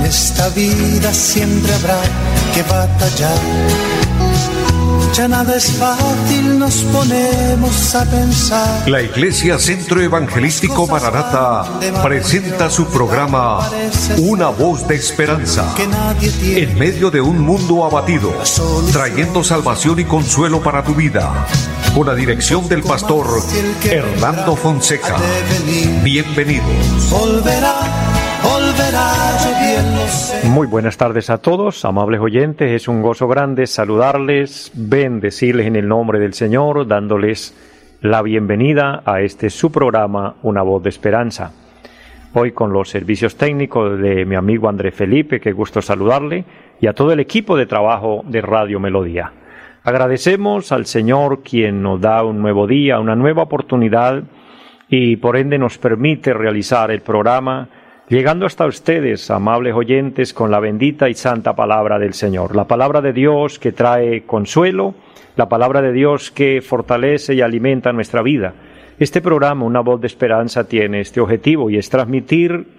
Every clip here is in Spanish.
esta vida siempre habrá que batallar. Ya nada es fácil, nos ponemos a pensar. La Iglesia Centro Evangelístico Maranata presenta su programa Una Voz de Esperanza, en medio de un mundo abatido, trayendo salvación y consuelo para tu vida, con la dirección del pastor Hernando Fonseca. Bienvenidos. Muy buenas tardes a todos, amables oyentes. Es un gozo grande saludarles, bendecirles en el nombre del Señor, dándoles la bienvenida a este su programa, Una Voz de Esperanza. Hoy con los servicios técnicos de mi amigo Andrés Felipe, qué gusto saludarle, y a todo el equipo de trabajo de Radio Melodía. Agradecemos al Señor quien nos da un nuevo día, una nueva oportunidad, y por ende nos permite realizar el programa llegando hasta ustedes, amables oyentes, con la bendita y santa palabra del Señor. La palabra de Dios que trae consuelo, la palabra de Dios que fortalece y alimenta nuestra vida. Este programa, Una Voz de Esperanza, tiene este objetivo y es transmitir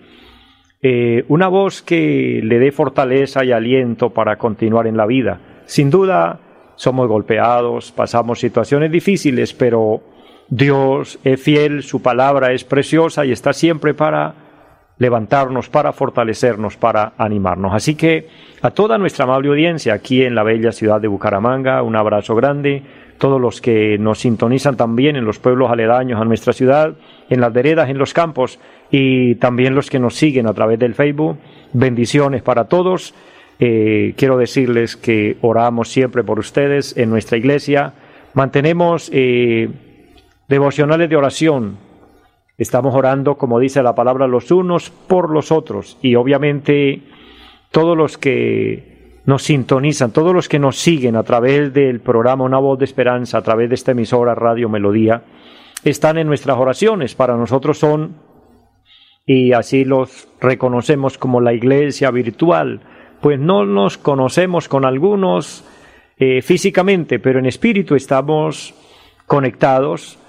una voz que le dé fortaleza y aliento para continuar en la vida. Sin duda, somos golpeados, pasamos situaciones difíciles, pero Dios es fiel, su palabra es preciosa y está siempre para levantarnos, para fortalecernos, para animarnos. Así que a toda nuestra amable audiencia aquí en la bella ciudad de Bucaramanga, un abrazo grande. Todos los que nos sintonizan también en los pueblos aledaños a nuestra ciudad, en las veredas, en los campos, y también los que nos siguen a través del Facebook, bendiciones para todos. Quiero decirles que oramos siempre por ustedes en nuestra iglesia. Mantenemos devocionales de oración. Estamos orando, como dice la palabra, los unos por los otros. Y obviamente todos los que nos sintonizan, todos los que nos siguen a través del programa Una Voz de Esperanza, a través de esta emisora Radio Melodía, están en nuestras oraciones. Para nosotros son, y así los reconocemos como la iglesia virtual, pues no nos conocemos con algunos físicamente, pero en espíritu estamos conectados.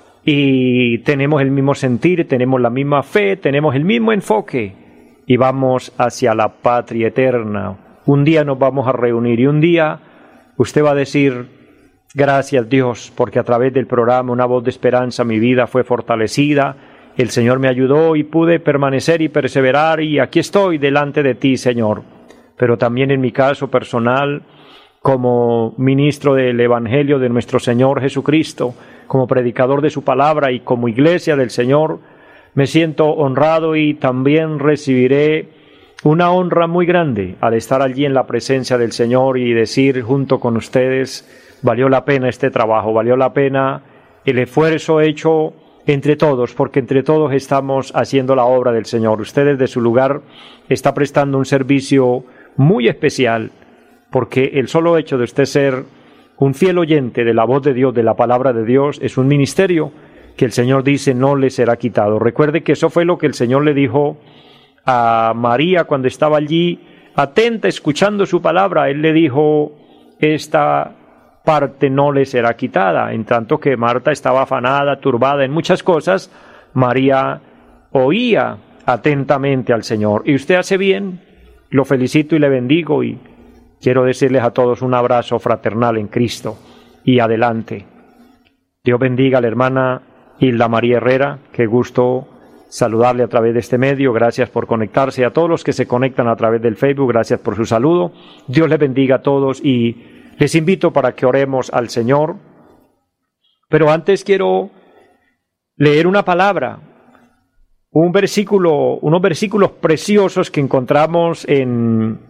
Y tenemos el mismo sentir, tenemos la misma fe, tenemos el mismo enfoque y vamos hacia la patria eterna. Un día nos vamos a reunir y un día usted va a decir, gracias Dios, porque a través del programa Una Voz de Esperanza mi vida fue fortalecida, el Señor me ayudó y pude permanecer y perseverar y aquí estoy delante de ti, Señor. Pero también en mi caso personal, como ministro del Evangelio de nuestro Señor Jesucristo, como predicador de su palabra y como iglesia del Señor, me siento honrado y también recibiré una honra muy grande al estar allí en la presencia del Señor y decir junto con ustedes, valió la pena este trabajo, valió la pena el esfuerzo hecho entre todos, porque entre todos estamos haciendo la obra del Señor. Ustedes de su lugar están prestando un servicio muy especial, porque el solo hecho de usted ser un fiel oyente de la voz de Dios, de la palabra de Dios, es un ministerio que el Señor dice no le será quitado. Recuerde que eso fue lo que el Señor le dijo a María cuando estaba allí, atenta, escuchando su palabra. Él le dijo, esta parte no le será quitada. En tanto que Marta estaba afanada, turbada en muchas cosas, María oía atentamente al Señor. Y usted hace bien, lo felicito y le bendigo y quiero decirles a todos un abrazo fraternal en Cristo y adelante. Dios bendiga a la hermana Hilda María Herrera, qué gusto saludarle a través de este medio, gracias por conectarse, a todos los que se conectan a través del Facebook, gracias por su saludo, Dios les bendiga a todos y les invito para que oremos al Señor, pero antes quiero leer una palabra, unos versículos preciosos que encontramos en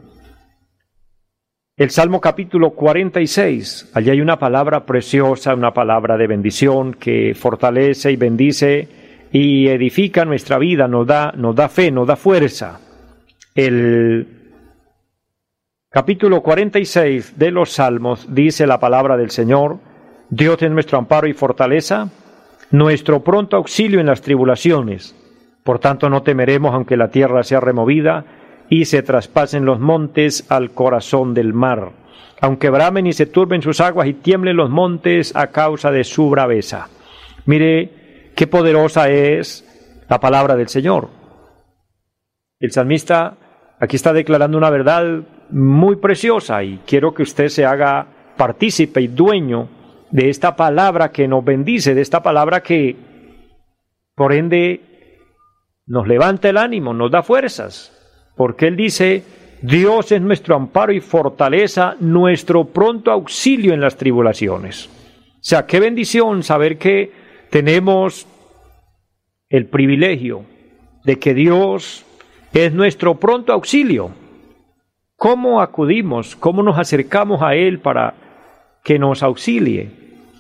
el Salmo capítulo 46, allí hay una palabra preciosa, una palabra de bendición que fortalece y bendice y edifica nuestra vida, nos da fe, nos da fuerza. El capítulo 46 de los Salmos dice la palabra del Señor, Dios es nuestro amparo y fortaleza, nuestro pronto auxilio en las tribulaciones. Por tanto no temeremos aunque la tierra sea removida, y se traspasen los montes al corazón del mar, aunque bramen y se turben sus aguas y tiemblen los montes a causa de su braveza. Mire qué poderosa es la palabra del Señor. El salmista Aquí está declarando una verdad muy preciosa y quiero que usted se haga partícipe y dueño de esta palabra que nos bendice, de esta palabra que, por ende, nos levanta el ánimo, nos da fuerzas, porque Él dice: Dios es nuestro amparo y fortaleza, nuestro pronto auxilio en las tribulaciones. O sea, qué bendición saber que tenemos el privilegio de que Dios es nuestro pronto auxilio. ¿Cómo acudimos? ¿Cómo nos acercamos a Él para que nos auxilie?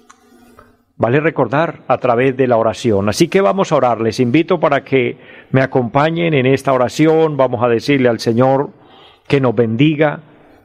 Vale recordar a través de la oración. Así que vamos a orar. Les invito para que me acompañen en esta oración. Vamos a decirle al Señor que nos bendiga.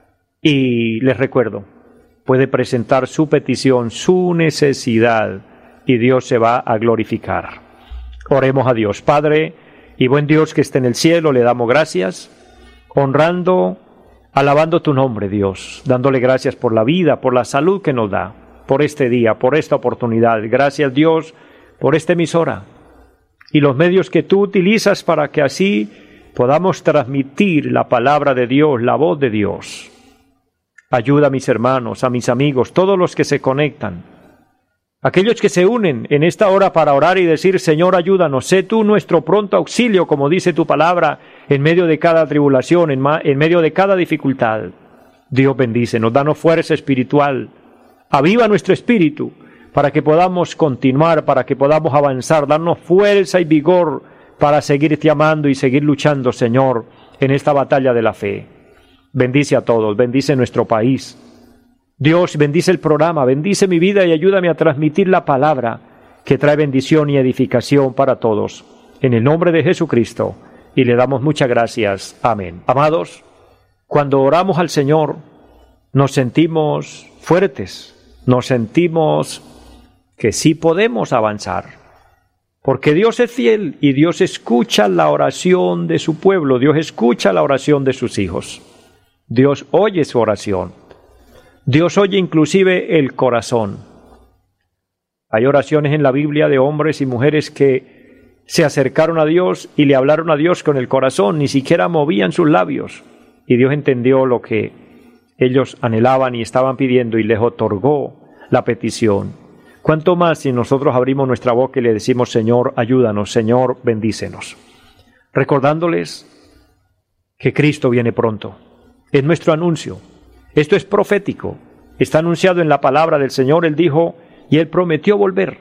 Y les recuerdo, puede presentar su petición, su necesidad, y Dios se va a glorificar. Oremos a Dios. Padre y buen Dios que esté en el cielo, le damos gracias, honrando, alabando tu nombre, Dios, dándole gracias por la vida, por la salud que nos da, por este día, por esta oportunidad. Gracias, Dios, por esta emisora y los medios que tú utilizas para que así podamos transmitir la palabra de Dios, la voz de Dios. Ayuda a mis hermanos, a mis amigos, todos los que se conectan, aquellos que se unen en esta hora para orar y decir: Señor, ayúdanos, sé tú nuestro pronto auxilio, como dice tu palabra, en medio de cada tribulación, en medio de cada dificultad. Dios bendícenos, danos fuerza espiritual, aviva nuestro espíritu, para que podamos continuar, para que podamos avanzar, darnos fuerza y vigor para seguirte amando y seguir luchando, Señor, en esta batalla de la fe. Bendice a todos, bendice nuestro país. Dios, bendice el programa, bendice mi vida y ayúdame a transmitir la palabra que trae bendición y edificación para todos. En el nombre de Jesucristo, y le damos muchas gracias. Amén. Amados, cuando oramos al Señor, nos sentimos fuertes, nos sentimos que sí podemos avanzar, porque Dios es fiel y Dios escucha la oración de su pueblo, Dios escucha la oración de sus hijos, Dios oye su oración. Dios oye inclusive el corazón. Hay oraciones en la Biblia de hombres y mujeres que se acercaron a Dios y le hablaron a Dios con el corazón, ni siquiera movían sus labios. Y Dios entendió lo que ellos anhelaban y estaban pidiendo y les otorgó la petición. ¿Cuánto más si nosotros abrimos nuestra boca y le decimos: Señor, ayúdanos, Señor, bendícenos? Recordándoles que Cristo viene pronto. Es nuestro anuncio. Esto es profético, está anunciado en la palabra del Señor. Él dijo y Él prometió volver.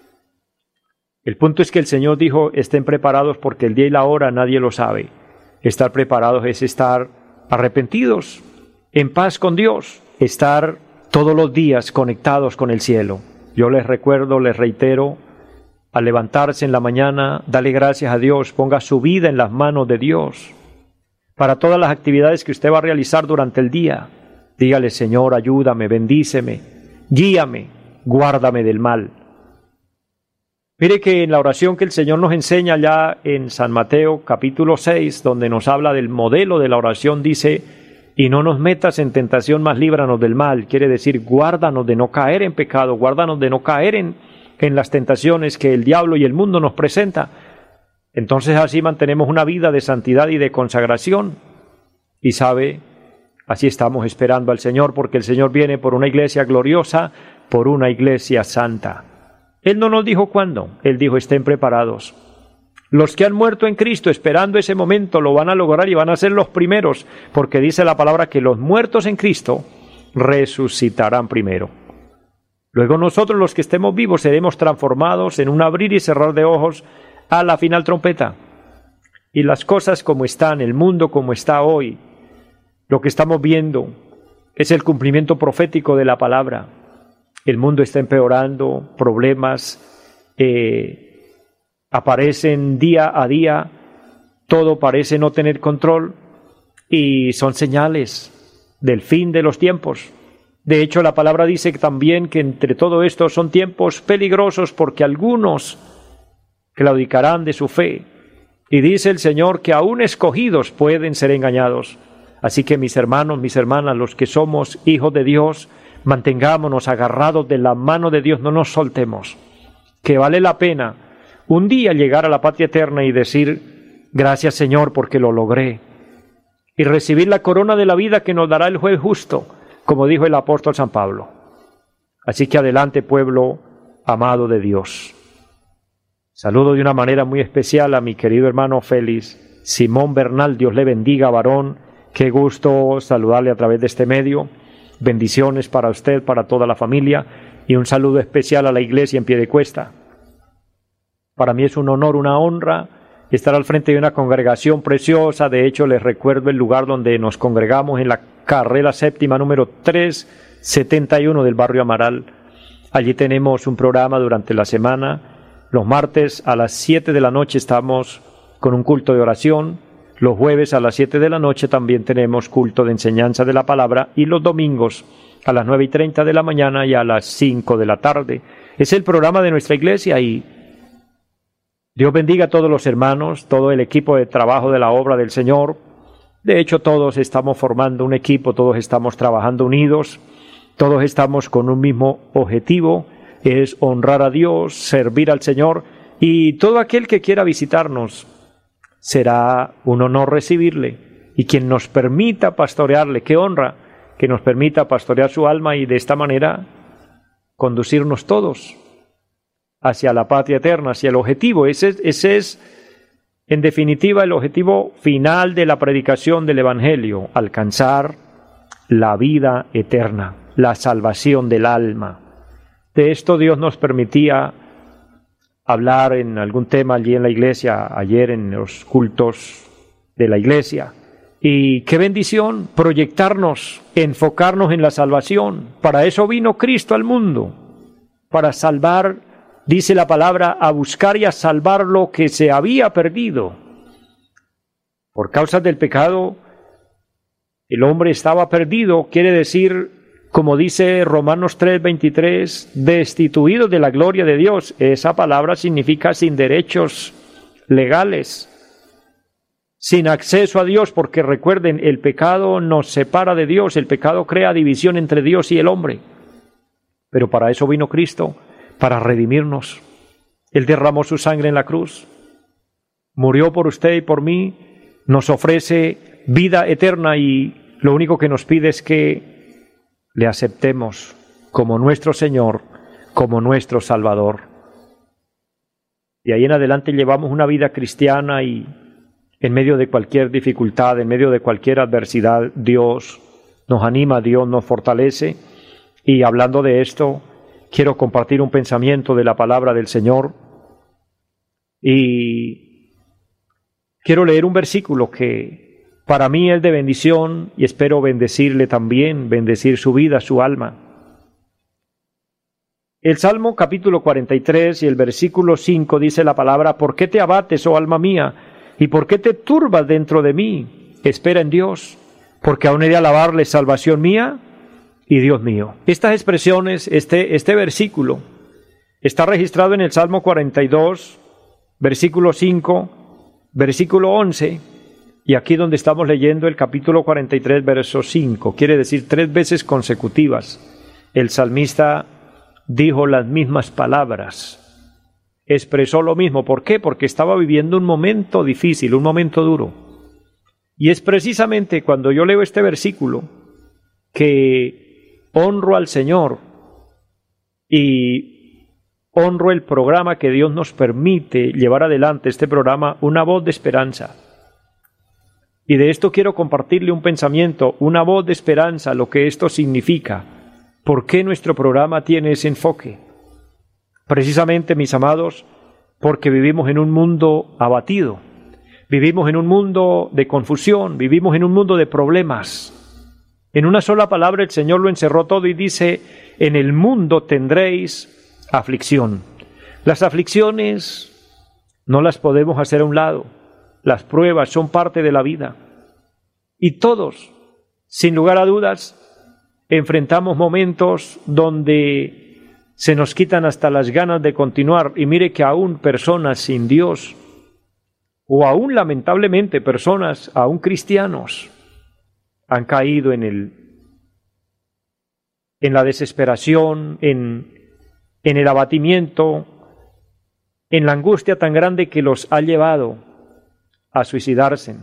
El punto es que el Señor dijo: estén preparados porque el día y la hora nadie lo sabe. Estar preparados es estar arrepentidos, en paz con Dios, estar todos los días conectados con el cielo. Yo les recuerdo, les reitero, al levantarse en la mañana, dale gracias a Dios, ponga su vida en las manos de Dios. Para todas las actividades que usted va a realizar durante el día, dígale: Señor, ayúdame, bendíceme, guíame, guárdame del mal. Mire que en la oración que el Señor nos enseña ya en San Mateo capítulo 6, donde nos habla del modelo de la oración, dice: y no nos metas en tentación, mas líbranos del mal. Quiere decir, guárdanos de no caer en pecado, guárdanos de no caer en las tentaciones que el diablo y el mundo nos presenta. Entonces así mantenemos una vida de santidad y de consagración. Y sabe, así estamos esperando al Señor, porque el Señor viene por una iglesia gloriosa, por una iglesia santa. Él no nos dijo cuándo, Él dijo: estén preparados. Los que han muerto en Cristo esperando ese momento lo van a lograr y van a ser los primeros, porque dice la palabra que los muertos en Cristo resucitarán primero. Luego nosotros, los que estemos vivos, seremos transformados en un abrir y cerrar de ojos a la final trompeta. Y las cosas como están, el mundo como está hoy, lo que estamos viendo es el cumplimiento profético de la palabra. El mundo está empeorando, problemas aparecen día a día, todo parece no tener control y son señales del fin de los tiempos. De hecho, la palabra dice también que entre todo esto son tiempos peligrosos porque algunos claudicarán de su fe. Y dice el Señor que aún escogidos pueden ser engañados. Así que mis hermanos, mis hermanas, los que somos hijos de Dios, mantengámonos agarrados de la mano de Dios, no nos soltemos. Que vale la pena un día llegar a la patria eterna y decir: gracias, Señor, porque lo logré. y recibir la corona de la vida que nos dará el juez justo, como dijo el apóstol San Pablo. Así que adelante, pueblo amado de Dios. Saludo de una manera muy especial a mi querido hermano Félix Simón Bernal. Dios le bendiga, varón. Qué gusto saludarle a través de este medio. Bendiciones para usted, para toda la familia, y un saludo especial a la iglesia en Piedecuesta. Para mí es un honor, una honra estar al frente de una congregación preciosa. De hecho, les recuerdo el lugar donde nos congregamos, en la carrera séptima número 371 del barrio Amaral. Allí tenemos un programa durante la semana. Los martes a las 7 de la noche estamos con un culto de oración. Los jueves a las 7 de la noche también tenemos culto de enseñanza de la palabra, y los domingos a las 9:30 de la mañana y a las 5 de la tarde. Es el programa de nuestra iglesia, y Dios bendiga a todos los hermanos, todo el equipo de trabajo de la obra del Señor. De hecho, todos estamos formando un equipo, todos estamos trabajando unidos, todos estamos con un mismo objetivo, es honrar a Dios, servir al Señor, y todo aquel que quiera visitarnos será un honor recibirle, y quien nos permita pastorearle, qué honra que nos permita pastorear su alma y de esta manera conducirnos todos hacia la patria eterna, hacia el objetivo. Ese es, en definitiva, el objetivo final de la predicación del Evangelio: alcanzar la vida eterna, la salvación del alma. De esto Dios nos permitía hablar en algún tema allí en la iglesia, ayer en los cultos de la iglesia. Y qué bendición proyectarnos, enfocarnos en la salvación. Para eso vino Cristo al mundo, para salvar, dice la palabra, a buscar y a salvar lo que se había perdido. Por causa del pecado, el hombre estaba perdido, quiere decir, como dice Romanos 3:23, destituido de la gloria de Dios. Esa palabra significa sin derechos legales, sin acceso a Dios, porque recuerden, el pecado nos separa de Dios, el pecado crea división entre Dios y el hombre. Pero para eso vino Cristo, para redimirnos. Él derramó su sangre en la cruz, murió por usted y por mí, nos ofrece vida eterna, y lo único que nos pide es que le aceptemos como nuestro Señor, como nuestro Salvador. De ahí en adelante llevamos una vida cristiana, y en medio de cualquier dificultad, en medio de cualquier adversidad, Dios nos anima, Dios nos fortalece. Y hablando de esto, quiero compartir un pensamiento de la palabra del Señor, y quiero leer un versículo que para mí es de bendición, y espero bendecirle también, bendecir su vida, su alma. El Salmo capítulo 43 y el versículo 5 dice la palabra: ¿Por qué te abates, oh alma mía? ¿Y por qué te turbas dentro de mí? Espera en Dios, porque aún he de alabarle, salvación mía y Dios mío. Estas expresiones, este versículo, está registrado en el Salmo 42, versículo 5, versículo 11, y aquí donde estamos leyendo el capítulo 43, verso 5, quiere decir 3 veces consecutivas, el salmista dijo las mismas palabras, expresó lo mismo. ¿Por qué? Porque estaba viviendo un momento difícil, un momento duro. Y es precisamente cuando yo leo este versículo que honro al Señor y honro el programa que Dios nos permite llevar adelante, este programa, Una Voz de Esperanza. Y de esto quiero compartirle un pensamiento, una voz de esperanza, lo que esto significa. ¿Por qué nuestro programa tiene ese enfoque? Precisamente, mis amados, porque vivimos en un mundo abatido, vivimos en un mundo de confusión, vivimos en un mundo de problemas. En una sola palabra el Señor lo encerró todo y dice: en el mundo tendréis aflicción. Las aflicciones no las podemos hacer a un lado. Las pruebas son parte de la vida. Y todos, sin lugar a dudas, enfrentamos momentos donde se nos quitan hasta las ganas de continuar. Y mire que aún personas sin Dios, o aún lamentablemente personas, aún cristianos, han caído en la desesperación, en el abatimiento, en la angustia tan grande que los ha llevado a suicidarse,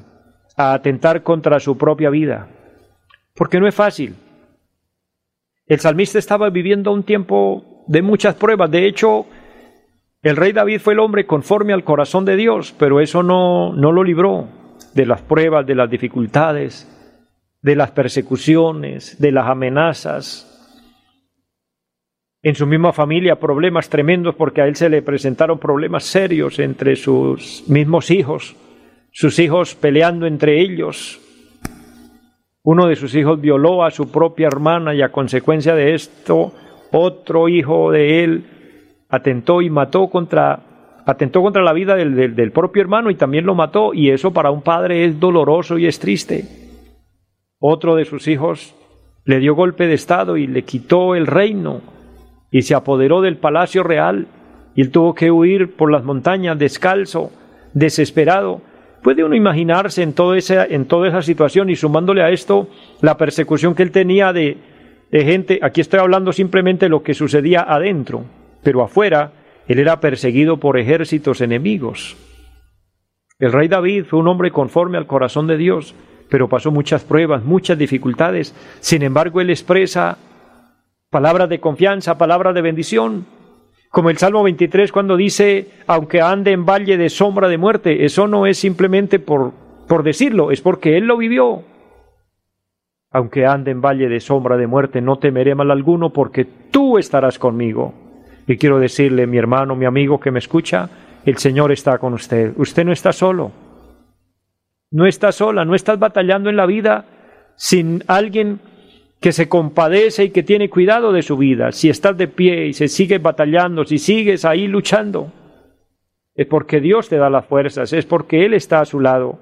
a atentar contra su propia vida, porque no es fácil. El salmista estaba viviendo un tiempo de muchas pruebas. De hecho, el rey David fue el hombre conforme al corazón de Dios, pero eso no lo libró de las pruebas, de las dificultades, de las persecuciones, de las amenazas. En su misma familia, problemas tremendos, porque a él se le presentaron problemas serios entre sus mismos hijos, sus hijos peleando entre ellos. Uno de sus hijos violó a su propia hermana y a consecuencia de esto, otro hijo de él atentó contra la vida del propio hermano y también lo mató, y eso para un padre es doloroso y es triste. Otro de sus hijos le dio golpe de estado y le quitó el reino y se apoderó del palacio real, y él tuvo que huir por las montañas descalzo, desesperado. ¿Puede uno imaginarse en toda esa situación, y sumándole a esto la persecución que él tenía de gente? Aquí estoy hablando simplemente de lo que sucedía adentro, pero afuera él era perseguido por ejércitos enemigos. El rey David fue un hombre conforme al corazón de Dios, pero pasó muchas pruebas, muchas dificultades. Sin embargo, él expresa palabras de confianza, palabras de bendición. Como el Salmo 23 cuando dice, aunque ande en valle de sombra de muerte, eso no es simplemente por decirlo, es porque él lo vivió. Aunque ande en valle de sombra de muerte, no temeré mal alguno, porque tú estarás conmigo. Y quiero decirle, mi hermano, mi amigo que me escucha, el Señor está con usted. Usted no está solo. No está sola, no estás batallando en la vida sin alguien que se compadece y que tiene cuidado de su vida. Si estás de pie y se sigues batallando, si sigues ahí luchando, es porque Dios te da las fuerzas, es porque Él está a su lado.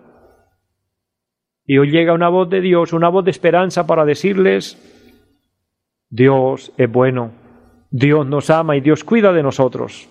Y hoy llega una voz de Dios, una voz de esperanza para decirles, Dios es bueno, Dios nos ama y Dios cuida de nosotros.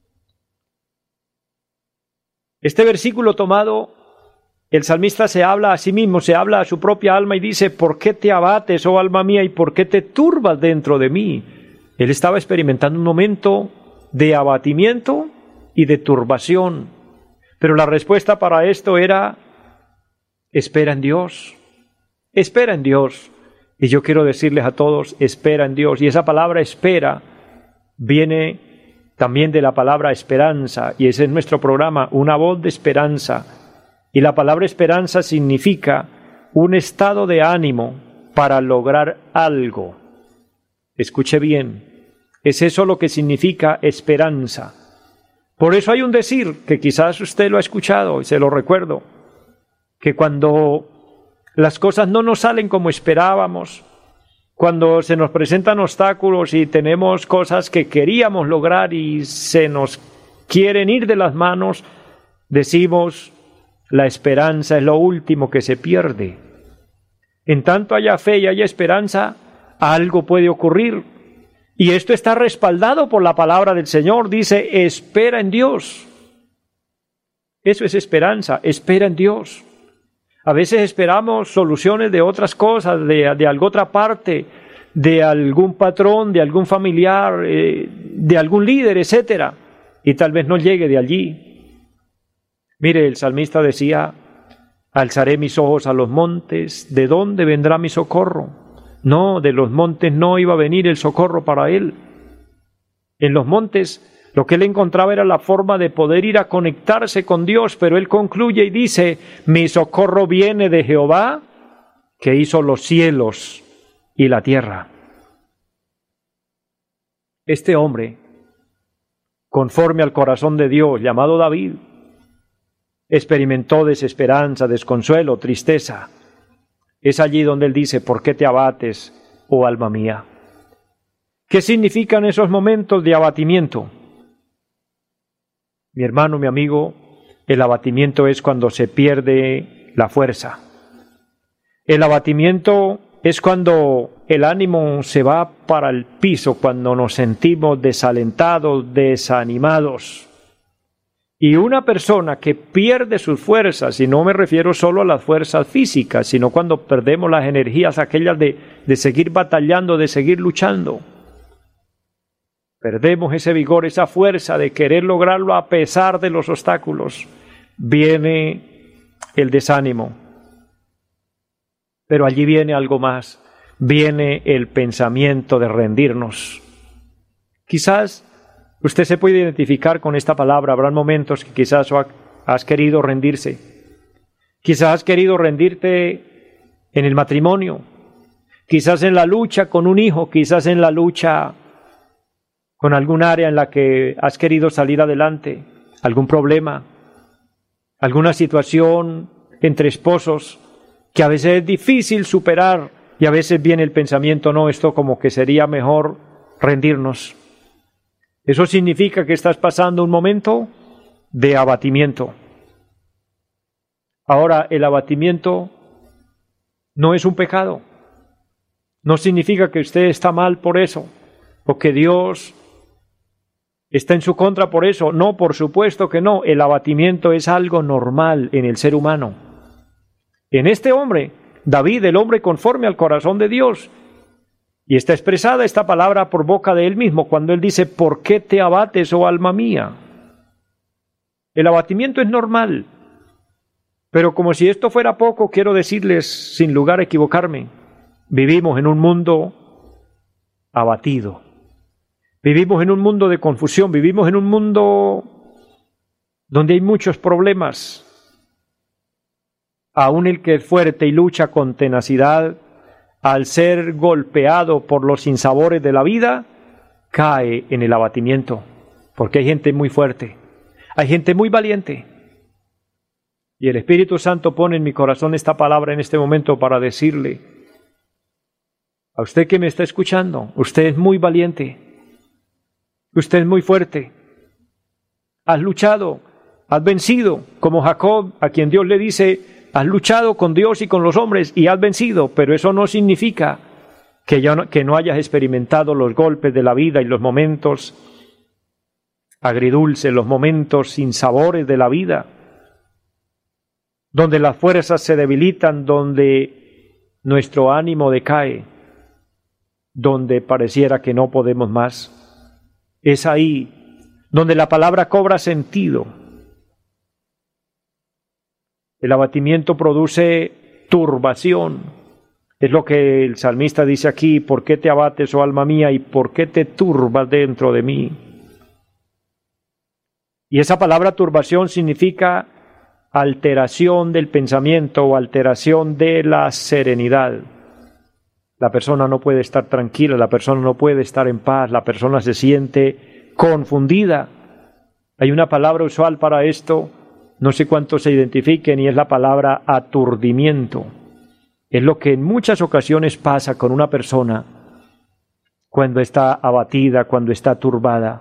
Este versículo tomado, el salmista se habla a sí mismo, se habla a su propia alma y dice, ¿por qué te abates, oh alma mía, y por qué te turbas dentro de mí? Él estaba experimentando un momento de abatimiento y de turbación, pero la respuesta para esto era, espera en Dios, espera en Dios. Y yo quiero decirles a todos, espera en Dios, y esa palabra espera viene también de la palabra esperanza, y ese es nuestro programa, una voz de esperanza. Y la palabra esperanza significa un estado de ánimo para lograr algo. Escuche bien, es eso lo que significa esperanza. Por eso hay un decir, que quizás usted lo ha escuchado y se lo recuerdo, que cuando las cosas no nos salen como esperábamos, cuando se nos presentan obstáculos y tenemos cosas que queríamos lograr y se nos quieren ir de las manos, decimos, la esperanza es lo último que se pierde. En tanto haya fe y haya esperanza, algo puede ocurrir. Y esto está respaldado por la palabra del Señor. Dice, espera en Dios. Eso es esperanza, espera en Dios. A veces esperamos soluciones de otras cosas, de alguna otra parte, de algún patrón, de algún familiar, de algún líder, etcétera, y tal vez no llegue de allí. Mire, el salmista decía, alzaré mis ojos a los montes, ¿de dónde vendrá mi socorro? No, de los montes no iba a venir el socorro para él. En los montes lo que él encontraba era la forma de poder ir a conectarse con Dios, pero él concluye y dice, mi socorro viene de Jehová, que hizo los cielos y la tierra. Este hombre, conforme al corazón de Dios, llamado David, experimentó desesperanza, desconsuelo, tristeza. Es allí donde él dice, ¿por qué te abates, oh alma mía? ¿Qué significan esos momentos de abatimiento? Mi hermano, mi amigo, el abatimiento es cuando se pierde la fuerza. El abatimiento es cuando el ánimo se va para el piso, cuando nos sentimos desalentados, desanimados. Y una persona que pierde sus fuerzas, y no me refiero solo a las fuerzas físicas, sino cuando perdemos las energías aquellas de seguir batallando, de seguir luchando. Perdemos ese vigor, esa fuerza de querer lograrlo a pesar de los obstáculos. Viene el desánimo, Pero allí viene algo más. Viene el pensamiento de rendirnos. Quizás usted se puede identificar con esta palabra. Habrán momentos que quizás has querido rendirse. Quizás has querido rendirte en el matrimonio. Quizás en la lucha con un hijo. Quizás en la lucha con algún área en la que has querido salir adelante. Algún problema. Alguna situación entre esposos que a veces es difícil superar y a veces viene el pensamiento, no, esto como que sería mejor rendirnos. Eso significa que estás pasando un momento de abatimiento. Ahora, el abatimiento no es un pecado. No significa que usted está mal por eso, o que Dios está en su contra por eso. No, por supuesto que no. El abatimiento es algo normal en el ser humano. En este hombre, David, el hombre conforme al corazón de Dios, y está expresada esta palabra por boca de él mismo cuando él dice, ¿por qué te abates, oh alma mía? El abatimiento es normal, pero como si esto fuera poco, quiero decirles, sin lugar a equivocarme, vivimos en un mundo abatido, vivimos en un mundo de confusión, vivimos en un mundo donde hay muchos problemas. Aún el que es fuerte y lucha con tenacidad, al ser golpeado por los sinsabores de la vida, cae en el abatimiento, porque hay gente muy fuerte, hay gente muy valiente. Y el Espíritu Santo pone en mi corazón esta palabra en este momento para decirle, a usted que me está escuchando, usted es muy valiente, usted es muy fuerte, has luchado, has vencido, como Jacob, a quien Dios le dice, has luchado con Dios y con los hombres y has vencido, pero eso no significa que no hayas experimentado los golpes de la vida y los momentos agridulces, los momentos sinsabores de la vida, donde las fuerzas se debilitan, donde nuestro ánimo decae, donde pareciera que no podemos más. Es ahí donde la palabra cobra sentido. El abatimiento produce turbación. Es lo que el salmista dice aquí, ¿por qué te abates, oh alma mía, y por qué te turbas dentro de mí? Y esa palabra turbación significa alteración del pensamiento o alteración de la serenidad. La persona no puede estar tranquila, la persona no puede estar en paz, la persona se siente confundida. Hay una palabra usual para esto, no sé cuántos se identifiquen, y es la palabra aturdimiento. Es lo que en muchas ocasiones pasa con una persona cuando está abatida, cuando está turbada.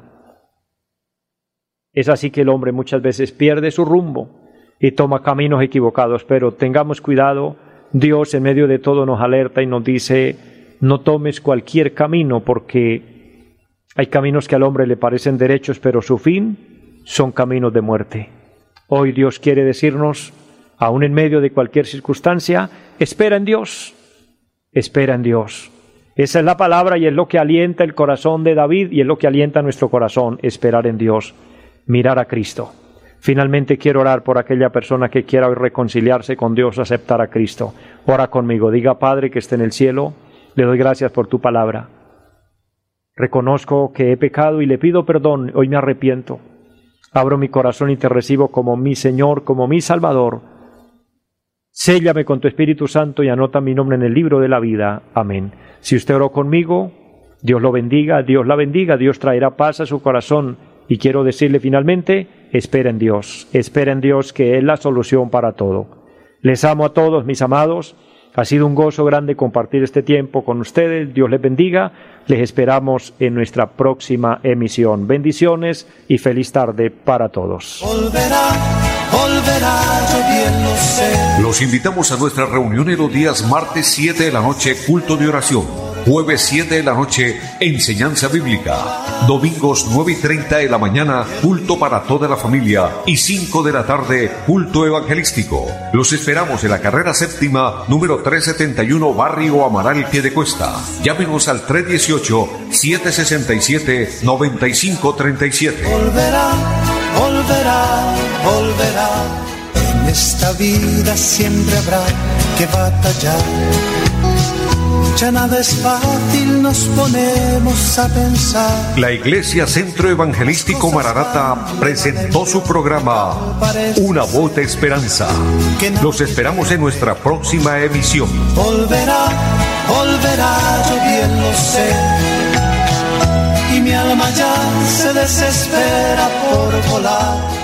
Es así que el hombre muchas veces pierde su rumbo y toma caminos equivocados, pero tengamos cuidado, Dios en medio de todo nos alerta y nos dice, no tomes cualquier camino, porque hay caminos que al hombre le parecen derechos, pero su fin son caminos de muerte. Hoy Dios quiere decirnos, aún en medio de cualquier circunstancia, espera en Dios, espera en Dios. Esa es la palabra y es lo que alienta el corazón de David y es lo que alienta nuestro corazón, esperar en Dios, mirar a Cristo. Finalmente quiero orar por aquella persona que quiera hoy reconciliarse con Dios, aceptar a Cristo. Ora conmigo, diga, Padre que esté en el cielo, le doy gracias por tu palabra. Reconozco que he pecado y le pido perdón, hoy me arrepiento. Abro mi corazón y te recibo como mi Señor, como mi Salvador. Séllame con tu Espíritu Santo y anota mi nombre en el libro de la vida. Amén. Si usted oró conmigo, Dios lo bendiga, Dios la bendiga, Dios traerá paz a su corazón. Y quiero decirle finalmente, espera en Dios que es la solución para todo. Les amo a todos, mis amados. Ha sido un gozo grande compartir este tiempo con ustedes. Dios les bendiga. Les esperamos en nuestra próxima emisión. Bendiciones y feliz tarde para todos. Volverá, yo bien lo sé. Los invitamos a nuestra reunión en los días martes 7 de la noche, culto de oración. Jueves 7 de la noche, enseñanza bíblica. Domingos 9:30 de la mañana, culto para toda la familia. Y 5 de la tarde, culto evangelístico. Los esperamos en la carrera séptima, número 371, Barrio Amaral, Piedecuesta. Llámenos al 318-767-9537. Volverá. En esta vida siempre habrá que batallar. Ya nada es fácil, nos ponemos a pensar. La Iglesia Centro Evangelístico Maranata presentó su programa Una Voz de Esperanza. Los esperamos en nuestra próxima emisión. Volverá, yo bien lo sé. Y mi alma ya se desespera por volar.